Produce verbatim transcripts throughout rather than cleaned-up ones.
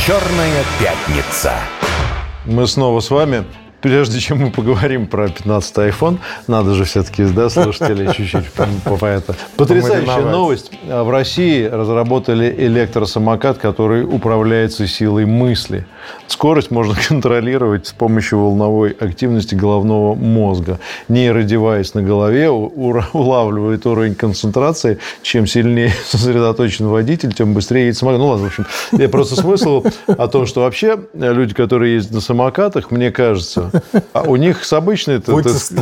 «Черная пятница». Мы снова с вами. Прежде чем мы поговорим про пятнадцатый iPhone, надо же все-таки, да, слушатели, чуть-чуть по это. Потрясающая новость. В России разработали электросамокат, который управляется силой мысли. Скорость можно контролировать с помощью волновой активности головного мозга. Нейродевайс на голове улавливает уровень концентрации. Чем сильнее сосредоточен водитель, тем быстрее едет самокат. Ну ладно, в общем, я просто смысл о том, что вообще люди, которые ездят на самокатах, мне кажется, а у них с обычной-то,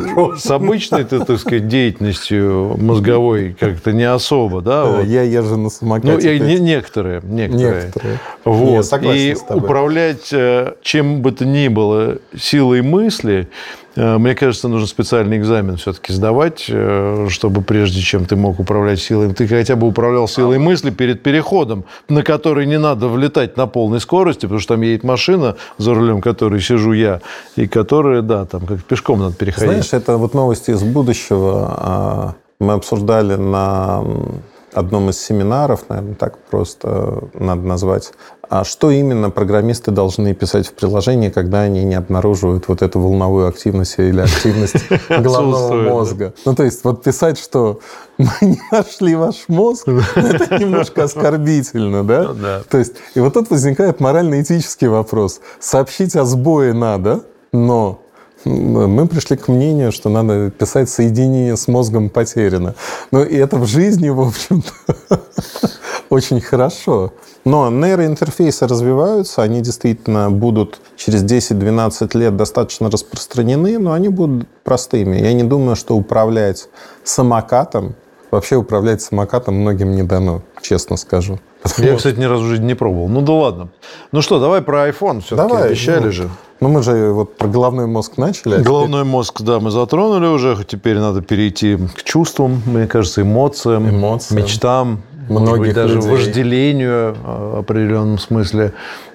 с обычной-то, так сказать, деятельностью мозговой как-то не особо, да? Вот. Я езжу на самокате. Ну, и не, некоторые, некоторые. Некоторые. Вот. Я согласен и с тобой. Управлять чем бы то ни было силой мысли, мне кажется, нужно специальный экзамен все-таки сдавать, чтобы прежде чем ты мог управлять силой, ты хотя бы управлял силой мысли перед переходом, на который не надо влетать на полной скорости, потому что там едет машина, за рулем которой сижу я, и которая, да, там как пешком надо переходить. Знаешь, это вот новости из будущего. Мы обсуждали на одном из семинаров, наверное, так просто надо назвать, а что именно программисты должны писать в приложении, когда они не обнаруживают вот эту волновую активность или активность головного мозга? Ну, то есть, вот писать, что мы не нашли ваш мозг, это немножко оскорбительно, да? Да. То есть, и вот тут возникает морально-этический вопрос. Сообщить о сбое надо, но мы пришли к мнению, что надо писать «соединение с мозгом потеряно». Ну, и это в жизни, в общем-то, очень хорошо. Но нейроинтерфейсы развиваются, они действительно будут через десять-двенадцать лет достаточно распространены, но они будут простыми. Я не думаю, что управлять самокатом, вообще управлять самокатом многим не дано, честно скажу. Я, кстати, ни разу в жизни не пробовал. Ну да ладно. Ну что, давай про iPhone все-таки. Давай, обещали ну, же. Ну мы же вот про головной мозг начали. Головной мозг, да, мы затронули уже. Теперь надо перейти к чувствам, мне кажется, эмоциям, эмоциям. мечтам. Многих может быть, даже людей. Вожделению в определенном смысле.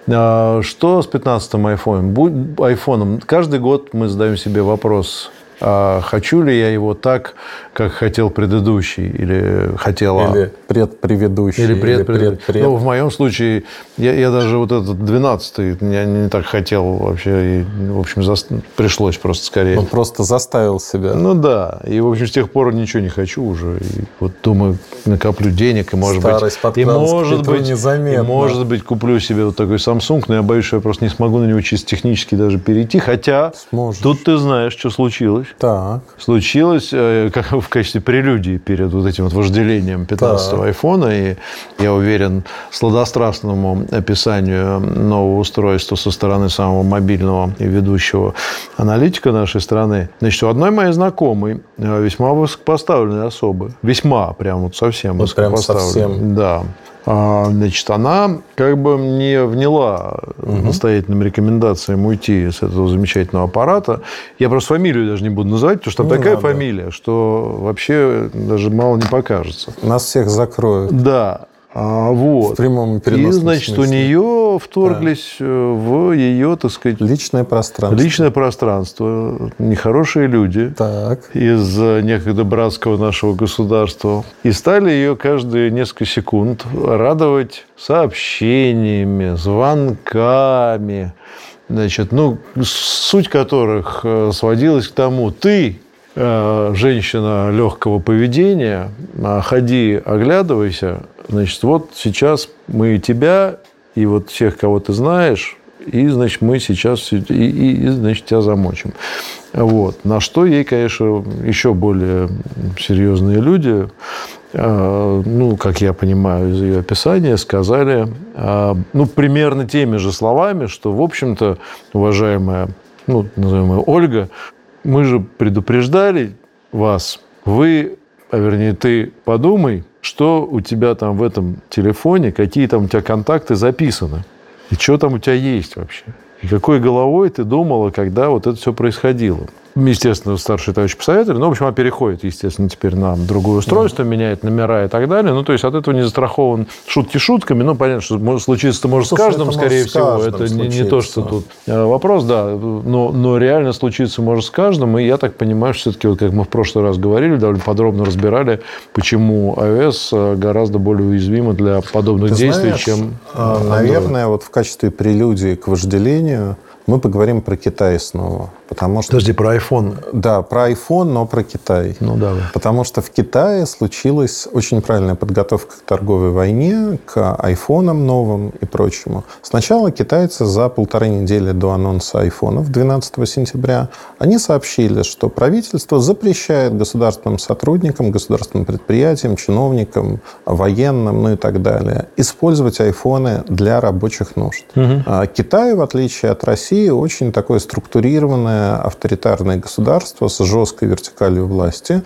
Что с пятнадцатым айфоном? айфоном? Каждый год мы задаем себе вопрос, хочу ли я его так, как хотел предыдущий, или хотела... Или предпредыдущий. Или предпредыдущий. Или пред, пред. Ну, в моем случае, я, я даже вот этот двенадцатый, я не так хотел вообще, и, в общем, за... пришлось просто скорее. Он просто заставил себя. Ну, да. И, в общем, с тех пор ничего не хочу уже. И вот думаю, накоплю денег, и, может Старость быть... И, может быть, и, может быть, куплю себе вот такой Samsung, но я боюсь, что я просто не смогу на него чисто технически даже перейти. Хотя, Сможешь. Тут ты знаешь, что случилось. Так. Случилось, как в качестве прелюдии перед вот этим вот вожделением пятнадцатого айфона, и я уверен, сладострастному описанию нового устройства со стороны самого мобильного и ведущего аналитика нашей страны. Значит, у одной моей знакомой, весьма высокопоставленной особы, весьма прям вот совсем вот высокопоставленной. Прям совсем. Да. Значит, она как бы не вняла угу. настоятельным рекомендациям уйти с этого замечательного аппарата. Я просто фамилию даже не буду называть, потому что там не такая надо. Фамилия, что вообще даже мало не покажется. Нас всех закроют. Да. А, вот. В прямом и И, переносном значит, смысле. у нее вторглись да. в ее, так сказать... Личное пространство. Личное пространство. Нехорошие люди так. из некогда братского нашего государства. И стали ее каждые несколько секунд радовать сообщениями, звонками. Значит, ну, суть которых сводилась к тому, ты... женщина легкого поведения, ходи, оглядывайся. Значит, вот сейчас мы и тебя, и вот всех, кого ты знаешь, и, значит, мы сейчас и, и, и значит, тебя замочим. Вот. На что ей, конечно, еще более серьезные люди, ну, как я понимаю из ее описания, сказали, ну, примерно теми же словами, что, в общем-то, уважаемая, ну, назовем ее Ольга, мы же предупреждали вас, вы, а вернее, ты подумай, что у тебя там в этом телефоне, какие там у тебя контакты записаны, и что там у тебя есть вообще. И какой головой ты думала, когда вот это все происходило. естественно, старшие товарищи посоветовали. Ну, в общем, она переходит, естественно, теперь на другое устройство, да. меняет номера и так далее. Ну, то есть от этого не застрахован шутки шутками. Ну, понятно, что случится может Слушай, с каждым, это скорее всего. Это не, не то, что тут вопрос, да. Но, но реально случиться может с каждым. И я так понимаю, что все-таки, вот как мы в прошлый раз говорили, довольно подробно разбирали, почему iOS гораздо более уязвима для подобных Ты действий, знаешь, чем Android. Наверное, вот в качестве прелюдии к вожделению мы поговорим про Китай снова. Потому что... Подожди, про iPhone. Да, про iPhone, но про Китай. Ну, давай. Потому что в Китае случилась очень правильная подготовка к торговой войне, к айфонам новым и прочему. Сначала китайцы за полторы недели до анонса айфонов двенадцатого сентября они сообщили, что правительство запрещает государственным сотрудникам, государственным предприятиям, чиновникам, военным, ну и так далее, использовать айфоны для рабочих нужд. Угу. А Китай, в отличие от России, очень такое структурированное авторитарное государство с жесткой вертикалью власти.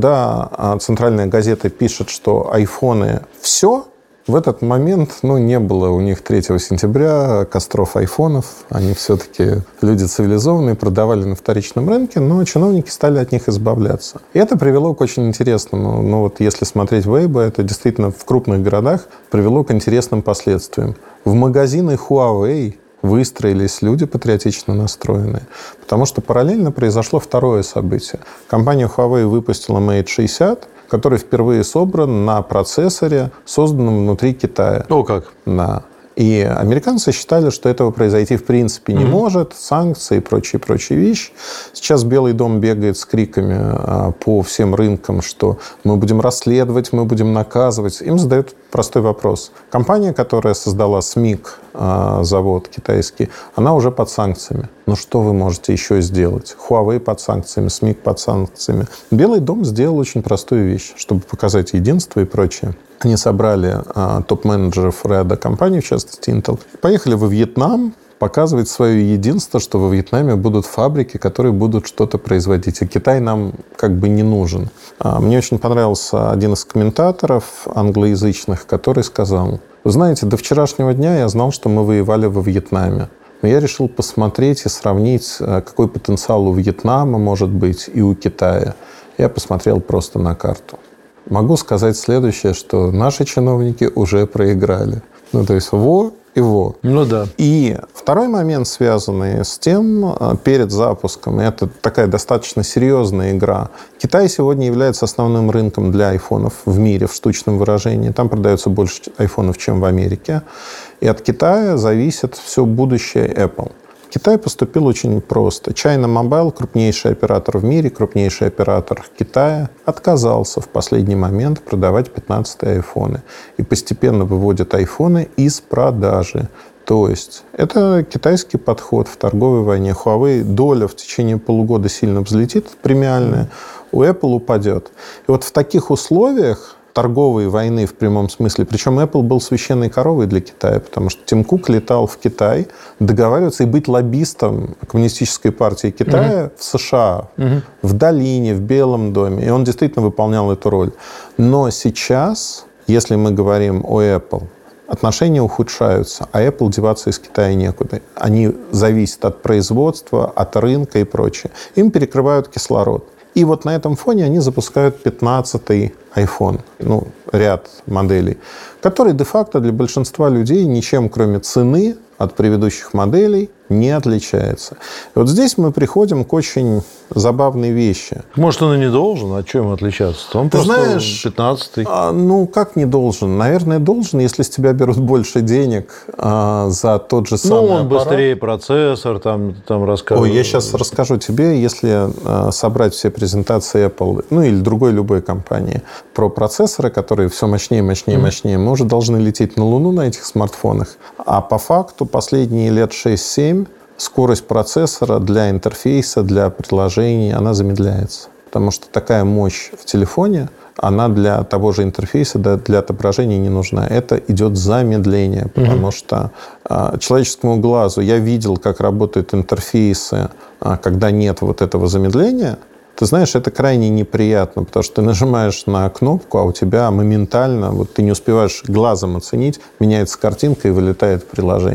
Когда центральная газета пишет, что айфоны все, в этот момент ну, не было у них третьего сентября костров айфонов. Они все-таки люди цивилизованные, продавали на вторичном рынке, но чиновники стали от них избавляться. И это привело к очень интересному, ну вот если смотреть Weibo, это действительно в крупных городах привело к интересным последствиям. В магазины Huawei выстроились люди патриотично настроенные. Потому что параллельно произошло второе событие. Компания Huawei выпустила Mate шестьдесят, который впервые собран на процессоре, созданном внутри Китая. О, как? Да. И американцы считали, что этого произойти в принципе не mm-hmm. может. Санкции и прочие-прочие вещи. Сейчас Белый дом бегает с криками а, по всем рынкам, что мы будем расследовать, мы будем наказывать. Им задают простой вопрос. Компания, которая создала смик, а, завод китайский, она уже под санкциями. Ну что вы можете еще сделать? Huawei под санкциями, смик под санкциями. Белый дом сделал очень простую вещь, чтобы показать единство и прочее. Они собрали а, топ-менеджеров ряда компаний, в частности Intel, поехали во Вьетнам показывать свое единство, что во Вьетнаме будут фабрики, которые будут что-то производить. И Китай нам как бы не нужен. А, мне очень понравился один из комментаторов англоязычных, который сказал: вы знаете, до вчерашнего дня я знал, что мы воевали во Вьетнаме. Но я решил посмотреть и сравнить, какой потенциал у Вьетнама может быть и у Китая. Я посмотрел просто на карту. Могу сказать следующее, что наши чиновники уже проиграли. Ну, то есть во и во. Ну да. И второй момент, связанный с тем, перед запуском, это такая достаточно серьезная игра. Китай сегодня является основным рынком для айфонов в мире в штучном выражении. Там продается больше айфонов, чем в Америке. И от Китая зависит все будущее Apple. Китай поступил очень просто. China Mobile, крупнейший оператор в мире, крупнейший оператор Китая, отказался в последний момент продавать пятнадцатые айфоны. И постепенно выводит айфоны из продажи. То есть это китайский подход в торговой войне. Huawei доля в течение полугода сильно взлетит, премиальная, у Apple упадет. И вот в таких условиях торговой войны в прямом смысле. Причем Apple был священной коровой для Китая, потому что Тим Кук летал в Китай договариваться и быть лоббистом Коммунистической партии Китая mm-hmm. в США, mm-hmm. в Долине, в Белом доме. И он действительно выполнял эту роль. Но сейчас, если мы говорим о Apple, отношения ухудшаются, а Apple деваться из Китая некуда. Они зависят от производства, от рынка и прочее. Им перекрывают кислород. И вот на этом фоне они запускают пятнадцатый iPhone, ну, ряд моделей, который де-факто для большинства людей ничем, кроме цены, от предыдущих моделей не отличается. И вот здесь мы приходим к очень забавной вещи. Может, он и не должен, а чем отличаться? Он Ты просто знаешь, пятнадцатый. А, ну, как не должен? Наверное, должен, если с тебя берут больше денег а, за тот же самый Ну, он аппарат. быстрее процессор, там, там рассказывают. Ой, я сейчас расскажу тебе, если а, собрать все презентации Apple, ну, или другой любой компании, про процессоры, которые все мощнее, мощнее, mm-hmm. мощнее, мы уже должны лететь на Луну на этих смартфонах. А по факту последние лет шесть-семь скорость процессора для интерфейса, для приложений, она замедляется. Потому что такая мощь в телефоне, она для того же интерфейса, для отображения не нужна. Это идет замедление, потому mm-hmm. что а, человеческому глазу, я видел, как работают интерфейсы, а, когда нет вот этого замедления. Ты знаешь, это крайне неприятно, потому что ты нажимаешь на кнопку, а у тебя моментально, вот ты не успеваешь глазом оценить, меняется картинка и вылетает приложение.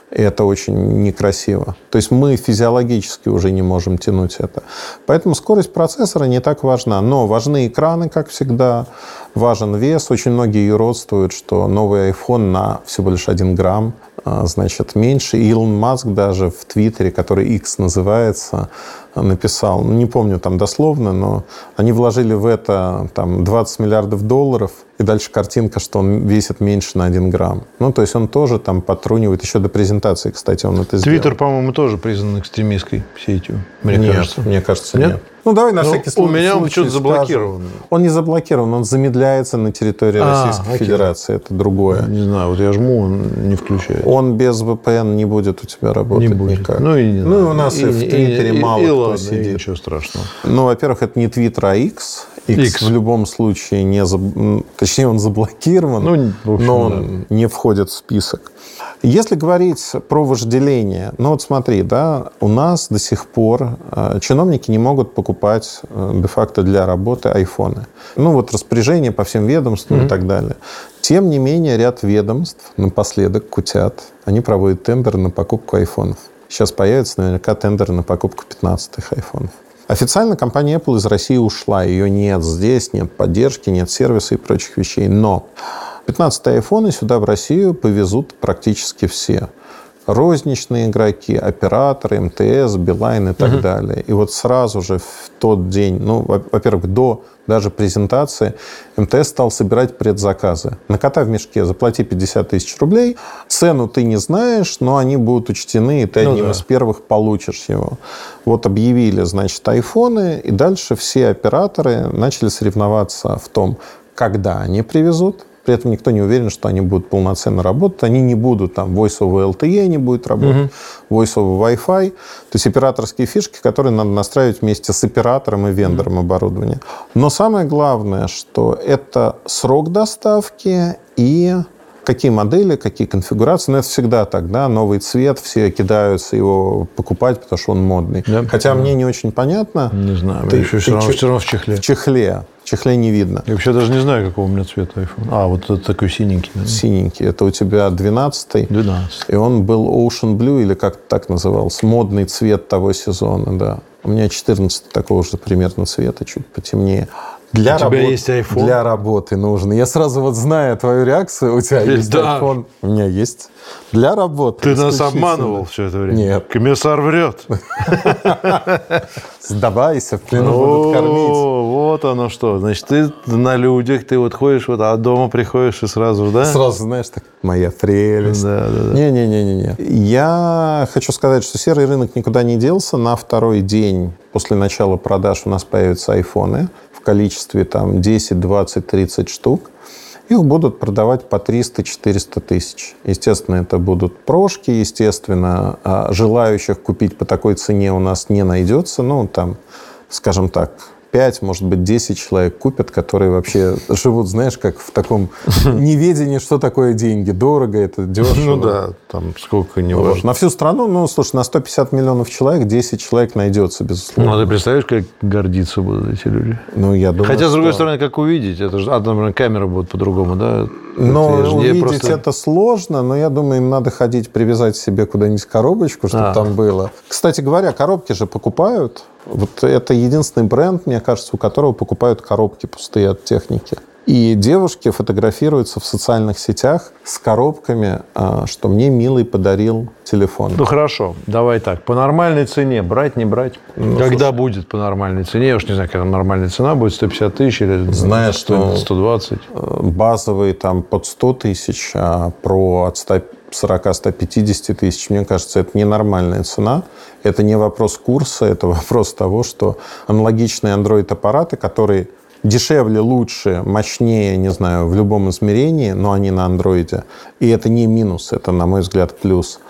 И это очень некрасиво. То есть мы физиологически уже не можем тянуть это. Поэтому скорость процессора не так важна. Но важны экраны, как всегда. Важен вес. Очень многие юродствуют, что новый iPhone на всего лишь один грамм, значит, меньше. И Илон Маск даже в Твиттере, который X называется, написал, ну, не помню там дословно, но они вложили в это там двадцать миллиардов долларов, и дальше картинка, что он весит меньше на один грамм. Ну, то есть он тоже там потрунивает. Еще до презентации, кстати, он это сделал. Твиттер, по-моему, тоже признан экстремистской сетью, мне нет, кажется. Мне кажется, нет. нет. Ну, давай на ну, всякий случай. У меня он почему-то скажем. заблокирован. Он не заблокирован, он замедляется на территории а, Российской окей. Федерации. Это другое. Не знаю, вот я жму, он не включает. Он без ви пи эн не будет у тебя работать не будет. никак. Ну, и не ну, и у нас и, и в Твиттере и, мало и, кто ладно, сидит. Ничего страшного. Ну, во-первых, это не Твиттер, а X. X, X в любом случае не... Заб... Точнее, он заблокирован, ну, в общем, но он да. не входит в список. Если говорить про вожделение, ну вот смотри, да, у нас до сих пор э, чиновники не могут покупать э, де-факто для работы айфоны. Ну вот распоряжения по всем ведомствам mm-hmm. и так далее. Тем не менее, ряд ведомств напоследок кутят. Они проводят тендеры на покупку айфонов. Сейчас появится наверняка тендер на покупку пятнадцатых айфонов. Официально компания Apple из России ушла. Ее нет здесь, нет поддержки, нет сервиса и прочих вещей. Но пятнадцатые айфоны сюда, в Россию, повезут практически все. Розничные игроки, операторы, эм тэ эс, Билайн и так uh-huh. далее. И вот сразу же в тот день, ну, во-первых, до даже презентации, эм тэ эс стал собирать предзаказы. На кота в мешке, заплати пятьдесят тысяч рублей. Цену ты не знаешь, но они будут учтены, и ты ну, одним да. из первых получишь его. Вот объявили, значит, айфоны, и дальше все операторы начали соревноваться в том, когда они привезут. При этом никто не уверен, что они будут полноценно работать. Они не будут, там, Voice over эл ти и не будет работать, uh-huh. Voice over Wi-Fi. То есть операторские фишки, которые надо настраивать вместе с оператором и вендором uh-huh. оборудования. Но самое главное, что это срок доставки и какие модели, какие конфигурации. Но это всегда так, да, новый цвет, все кидаются его покупать, потому что он модный. Да, Хотя да. мне не очень понятно. Не знаю, ты, еще ты все, равно, ч... все равно в чехле. В чехле. В чехле не видно. Я вообще даже не знаю, какого у меня цвета iPhone. А, вот это такой синенький. Да? Синенький. Это у тебя двенадцатый. двенадцатый. И он был Ocean Blue, или как так назывался, модный цвет того сезона, да. У меня четырнадцатый такого же примерно цвета, чуть потемнее. Для у тебя работы, есть iPhone? Для работы нужно. Я сразу вот знаю твою реакцию. У тебя есть да. iPhone? У меня есть. Для работы. Ты нас обманывал все это время? Нет. Комиссар врет. Сдавайся, в плену будут кормить. Вот оно что. Значит, ты на людях, ты вот ходишь, вот, а дома приходишь и сразу, да? Сразу, знаешь, так, моя прелесть. Да, да, да. Не-не-не-не. Я хочу сказать, что серый рынок никуда не делся. На второй день после начала продаж у нас появятся айфоны в количестве там десять, двадцать, тридцать штук. Их будут продавать по триста-четыреста тысяч. Естественно, это будут прошки. Естественно, желающих купить по такой цене у нас не найдется. Ну, там, скажем так, пять, может быть, десять человек купят, которые вообще живут, знаешь, как в таком неведении, что такое деньги. Дорого, это дешево. Ну да, там сколько не важно. На всю страну, ну, слушай, на сто пятьдесят миллионов человек десять человек найдется, безусловно. Ну, ты представляешь, как гордиться будут эти люди? Ну, я думаю, Хотя, с другой что... стороны, как увидеть? Это же, а, например, камера будет по-другому, да? Но это увидеть просто... это сложно, но я думаю, им надо ходить, привязать себе куда-нибудь коробочку, чтобы а. там было. Кстати говоря, коробки же покупают. Вот это единственный бренд, мне кажется, у которого покупают коробки пустые от техники. И девушки фотографируются в социальных сетях с коробками, что мне милый подарил телефон. Ну, хорошо. Давай так. По нормальной цене. Брать, не брать? Ну, когда слушай, будет по нормальной цене? Я уж не знаю, какая нормальная цена будет. сто пятьдесят тысяч или знаешь, что сто двадцать? Базовый там под сто тысяч, а про от ста сорока - ста пятидесяти тысяч, мне кажется, это ненормальная цена. Это не вопрос курса, это вопрос того, что аналогичные Android-аппараты, которые дешевле, лучше, мощнее, не знаю, в любом измерении, но они на андроиде. И это не минус, это, на мой взгляд, плюс.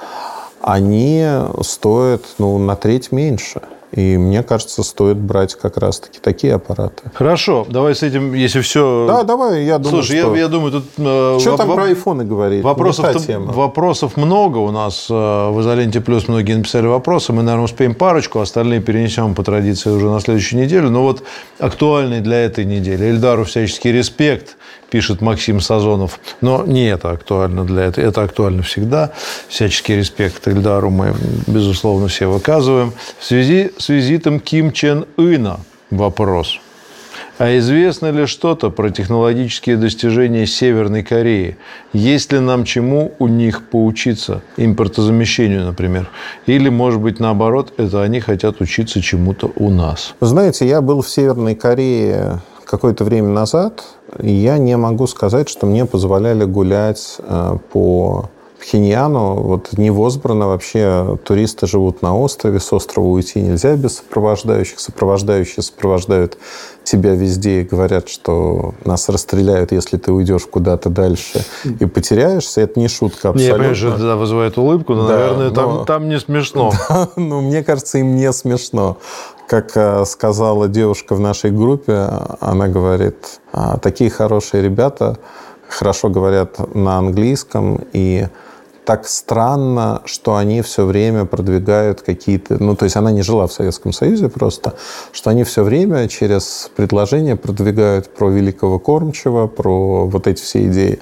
Они стоят, ну, на треть меньше. И мне кажется, стоит брать как раз-таки такие аппараты. Хорошо, давай с этим, если все... Да, давай, я думаю, Слушай, что... я, я думаю, тут... Что э, там воп... про айфоны говорить? Вопросов, вопросов много у нас э, в «Изоленте плюс». Многие написали вопросы. Мы, наверное, успеем парочку, остальные перенесем по традиции уже на следующую неделю. Но вот актуальный для этой недели. Эльдару всяческий респект. пишет Максим Сазонов. Но не это актуально для этого. Это актуально всегда. Всяческий респект Эльдару мы, безусловно, все выказываем. В связи с визитом Ким Чен Ына вопрос. А известно ли что-то про технологические достижения Северной Кореи? Есть ли нам чему у них поучиться? Импортозамещению, например. Или, может быть, наоборот, это они хотят учиться чему-то у нас? Вы знаете, я был в Северной Корее какое-то время назад, и я не могу сказать, что мне позволяли гулять по Пхеньяну. Вот невозбранно вообще туристы живут на острове, с острова уйти нельзя без сопровождающих. Сопровождающие сопровождают тебя везде и говорят, что нас расстреляют, если ты уйдешь куда-то дальше и потеряешься. Это не шутка абсолютно. Не, я понимаю, что это вызывает улыбку, но, да, наверное, но... Там, там не смешно. Да, ну, мне кажется, им не смешно. Как сказала девушка в нашей группе, она говорит, такие хорошие ребята, хорошо говорят на английском, и так странно, что они все время продвигают какие-то... Ну, то есть она не жила в Советском Союзе просто, что они все время через предложения продвигают про великого кормчего, про вот эти все идеи.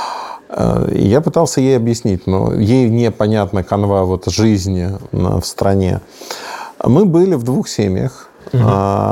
И я пытался ей объяснить, но ей непонятна канва вот жизни в стране. Мы были в двух семьях. Угу.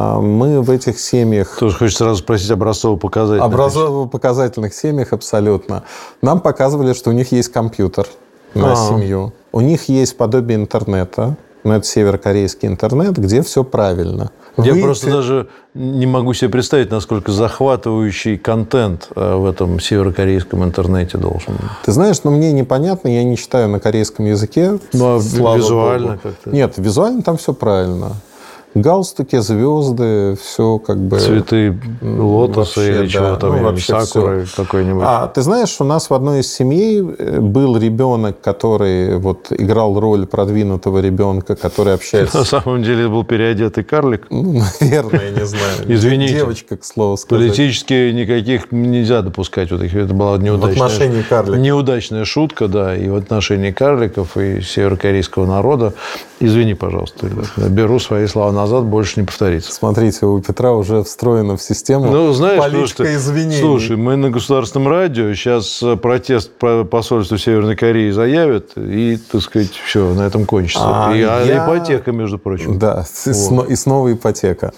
Мы в этих семьях... Тоже хочется сразу спросить образцово-показательных. Образцово-показательных семьях абсолютно. Нам показывали, что у них есть компьютер на А-а-а. семью. У них есть подобие интернета. Но это северокорейский интернет, где все правильно. Я Вы... просто даже не могу себе представить, насколько захватывающий контент в этом северокорейском интернете должен быть. Ты знаешь, ну, мне непонятно, я не читаю на корейском языке. Ну, а визуально Богу. Как-то? Нет, визуально там все правильно. Галстуки, звезды, все как бы... Цветы лотоса или да, чего-то, ну, сакуры какой-нибудь. А ты знаешь, у нас в одной из семей был ребенок, который вот играл роль продвинутого ребенка, который общается... На самом деле был переодетый карлик? Ну, наверное, я не знаю. Извините. Девочка, к слову сказать. Политически никаких нельзя допускать. Вот это была неудачная... В отношении карликов. Неудачная шутка, да, и в отношении карликов, и северокорейского народа. Извини, пожалуйста, беру свои слова назад, больше не повторится. Смотрите, у Петра уже встроено в систему ну, знаешь, политика что, извинений. Слушай, мы на государственном радио сейчас протест по посольству Северной Кореи заявят, и, так сказать, все, на этом кончится. А и я... ипотека, между прочим. Да, вот. И снова ипотека.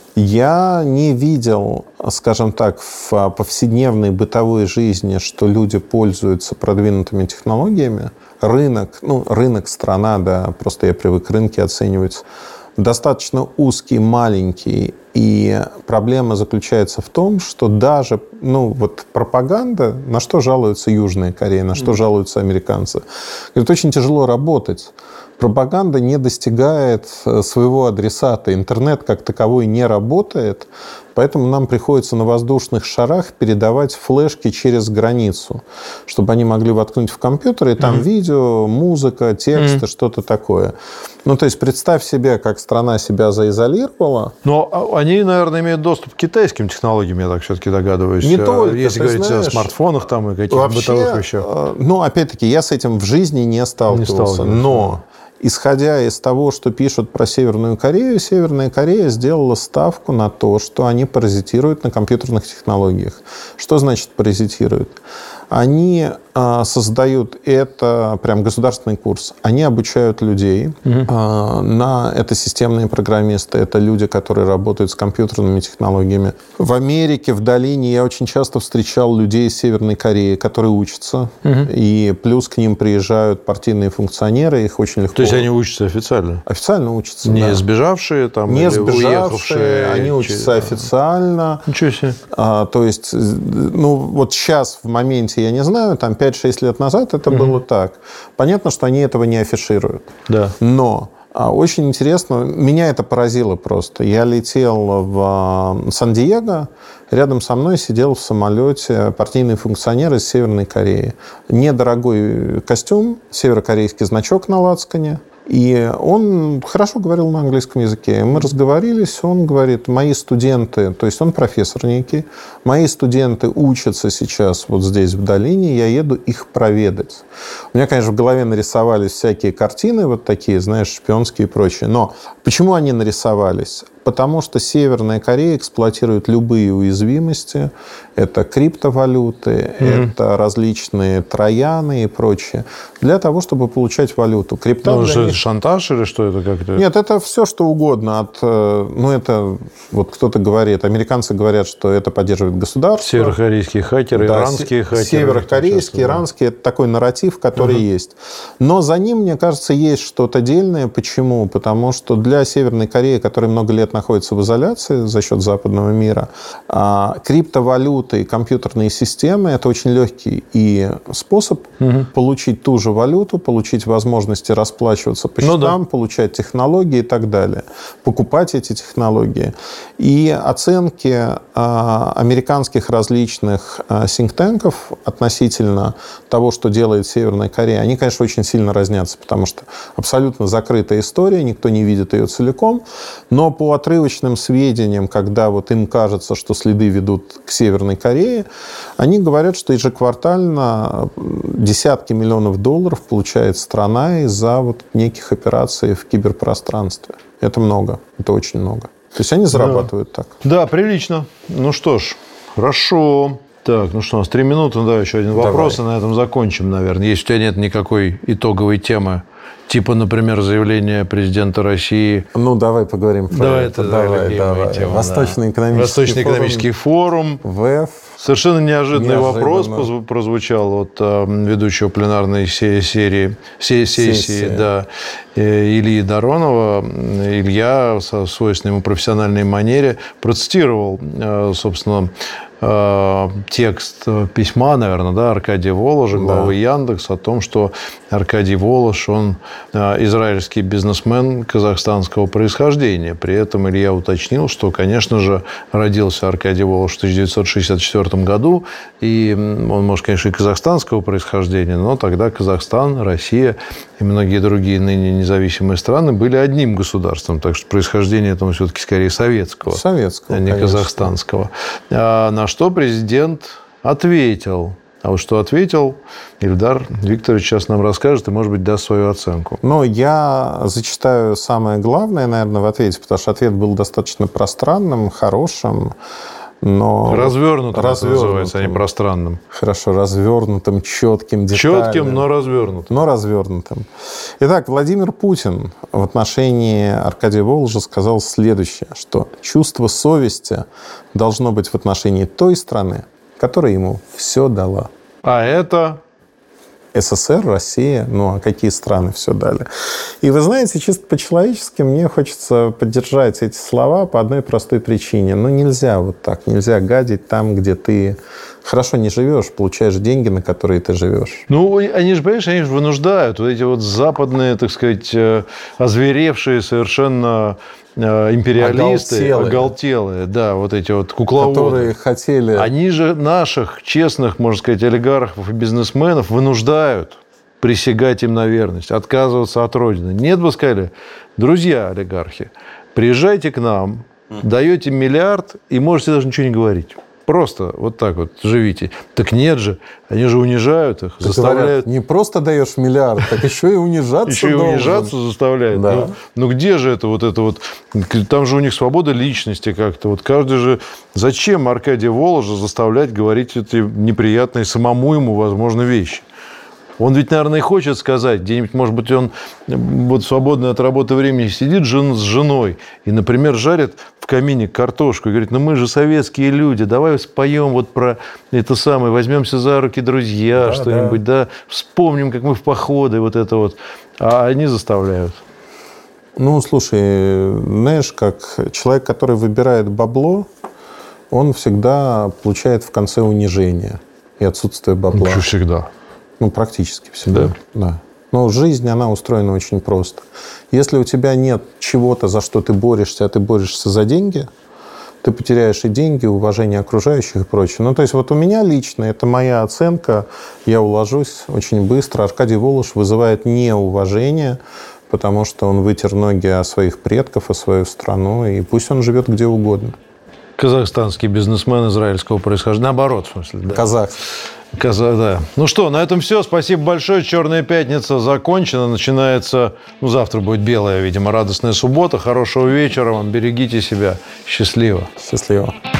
Я не видел, скажем так, в повседневной бытовой жизни, что люди пользуются продвинутыми технологиями. Рынок, ну, рынок, страна, да, просто я привык рынки оценивать, достаточно узкий, маленький. И проблема заключается в том, что даже, ну, вот пропаганда, на что жалуется Южная Корея, на что mm-hmm. жалуются американцы, говорят, очень тяжело работать. Пропаганда не достигает своего адресата. Интернет как таковой не работает, поэтому нам приходится на воздушных шарах передавать флешки через границу, чтобы они могли воткнуть в компьютер, и там mm-hmm. видео, музыка, тексты, mm-hmm. что-то такое. Ну, то есть представь себе, как страна себя заизолировала. Но они, наверное, имеют доступ к китайским технологиям, я так все-таки догадываюсь. Не только, если говорить знаешь, о смартфонах там, и каких-то вообще, бытовых вещах. Ну, опять-таки, я с этим в жизни не сталкивался. Не сталкивался. Но... Исходя из того, что пишут про Северную Корею, Северная Корея сделала ставку на то, что они паразитируют на компьютерных технологиях. Что значит паразитируют? Они а, создают это, прям государственный курс. Они обучают людей. Mm-hmm. А, на, это системные программисты, это люди, которые работают с компьютерными технологиями. В Америке, в долине я очень часто встречал людей из Северной Кореи, которые учатся. Mm-hmm. И плюс к ним приезжают партийные функционеры, их очень легко... То есть они учатся официально? Официально учатся, Не да. сбежавшие там? Не или сбежавшие, уехавшие, они учатся через... официально. Ничего себе. А, то есть, ну, вот сейчас в моменте, я не знаю, там пять-шесть лет назад это mm-hmm. было так. Понятно, что они этого не афишируют. Да. Но а, очень интересно, меня это поразило просто. Я летел в а, Сан-Диего, рядом со мной сидел в самолете партийный функционер из Северной Кореи. Недорогой костюм, северокорейский значок на лацкане. И он хорошо говорил на английском языке. Мы разговорились, он говорит, мои студенты, то есть он профессор некий, мои студенты учатся сейчас вот здесь, в долине, я еду их проведать. У меня, конечно, в голове нарисовались всякие картины, вот такие, знаешь, шпионские и прочее. Но почему они нарисовались? Потому что Северная Корея эксплуатирует любые уязвимости. Это криптовалюты, mm-hmm. это различные трояны и прочее. Для того, чтобы получать валюту. Крипта ну, что них... это шантаж или что это как-то? Нет, это все, что угодно. От, ну, это, вот кто-то говорит, американцы говорят, что это поддерживает государство. Северокорейские хакеры, да, иранские хакеры. Северокорейские, иранские. Это такой нарратив, который uh-huh. есть. Но за ним, мне кажется, есть что-то дельное. Почему? Потому что для Северной Кореи, которая много лет находится в изоляции за счет западного мира, криптовалюты и компьютерные системы – это очень легкий и способ угу. получить ту же валюту, получить возможности расплачиваться по счетам, ну, да. получать технологии и так далее, покупать эти технологии. И оценки американских различных синктенков относительно того, что делает Северная Корея, они, конечно, очень сильно разнятся, потому что абсолютно закрытая история, никто не видит ее целиком, но по отрывочным сведениям, когда вот им кажется, что следы ведут к Северной Корее, они говорят, что ежеквартально десятки миллионов долларов получает страна из-за вот неких операций в киберпространстве. Это много, это очень много. То есть они зарабатывают да. так. Да, прилично. Ну что ж, хорошо. Так, ну что, у нас три минуты, ну, давай еще один вопрос, давай. И на этом закончим, наверное. Если у тебя нет никакой итоговой темы, типа, например, заявление президента России. Ну, давай поговорим про давай, это. это. Давай, давай. Тема, Восточный да. экономический Восточный форум. экономический форум. ВЭФ. Совершенно неожиданный Неожиданно. вопрос прозвучал от э, ведущего пленарной серии, сессии, сессии. Да, э, Ильи Доронова. Илья со свойственной ему профессиональной манере процитировал, э, собственно, текст письма, наверное, да, Аркадия Волоша, главы да. Яндекс, о том, что Аркадий Волош, он израильский бизнесмен казахстанского происхождения. При этом Илья уточнил, что, конечно же, родился Аркадий Волош в тысяча девятьсот шестьдесят четвёртом году, и он, может, конечно, и казахстанского происхождения, но тогда Казахстан, Россия и многие другие ныне независимые страны были одним государством, так что происхождение этому все-таки скорее советского, советского, а не конечно. Казахстанского. А на что президент ответил. А вот что ответил, Ильдар Викторович сейчас нам расскажет и, может быть, даст свою оценку. Ну, я зачитаю самое главное, наверное, в ответе, потому что ответ был достаточно пространным, хорошим, но... Развернутым, развернутым. называется, а не пространным. Хорошо, развернутым, четким, детальным. Четким, но развернутым. Но развернутым. Итак, Владимир Путин в отношении Аркадия Волоша сказал следующее, что чувство совести должно быть в отношении той страны, которая ему все дала. А это... СССР, Россия, ну а какие страны все дали. И вы знаете, чисто по-человечески мне хочется поддержать эти слова по одной простой причине. Ну нельзя вот так, нельзя гадить там, где ты хорошо не живешь, получаешь деньги, на которые ты живешь. Ну, они же, понимаешь, они же вынуждают. Вот эти вот западные, так сказать, озверевшие совершенно империалисты, оголтелые. оголтелые, да, вот эти вот кукловоды. Которые хотели... Они же наших честных, можно сказать, олигархов и бизнесменов вынуждают присягать им на верность, отказываться от Родины. Нет, бы сказали, друзья олигархи, приезжайте к нам, даете миллиард и можете даже ничего не говорить. Просто вот так вот живите. Так нет же, они же унижают их, так заставляют... Говорят, не просто даешь миллиард, так еще и унижаться Еще и унижаться заставляют. Да. Ну, ну где же это вот это вот... Там же у них свобода личности как-то. Вот каждый же... Зачем Аркадия Волоша заставлять говорить эти неприятные самому ему, возможно, вещи? Он ведь, наверное, и хочет сказать, где-нибудь, может быть, он вот свободное от работы времени сидит жен, с женой и, например, жарит в камине картошку и говорит, ну мы же советские люди, давай споем вот про это самое, возьмемся за руки, друзья, да, что-нибудь, да. да, вспомним, как мы в походы, вот это вот. А они заставляют. Ну, слушай, знаешь, как человек, который выбирает бабло, он всегда получает в конце унижение и отсутствие бабла. Ну, всегда. Ну, практически всегда, да. да. Но жизнь, она устроена очень просто. Если у тебя нет чего-то, за что ты борешься, а ты борешься за деньги, ты потеряешь и деньги, и уважение окружающих и прочее. Ну, то есть вот у меня лично, это моя оценка, я уложусь очень быстро. Аркадий Волош вызывает неуважение, потому что он вытер ноги о своих предков, о свою страну, и пусть он живет где угодно. Казахстанский бизнесмен израильского происхождения. Наоборот, в смысле, да. Казах. Коза, да. Ну что, на этом все. Спасибо большое. Черная пятница закончена. Начинается, ну, завтра будет белая, видимо, радостная суббота. Хорошего вечера вам. Берегите себя. Счастливо. Счастливо.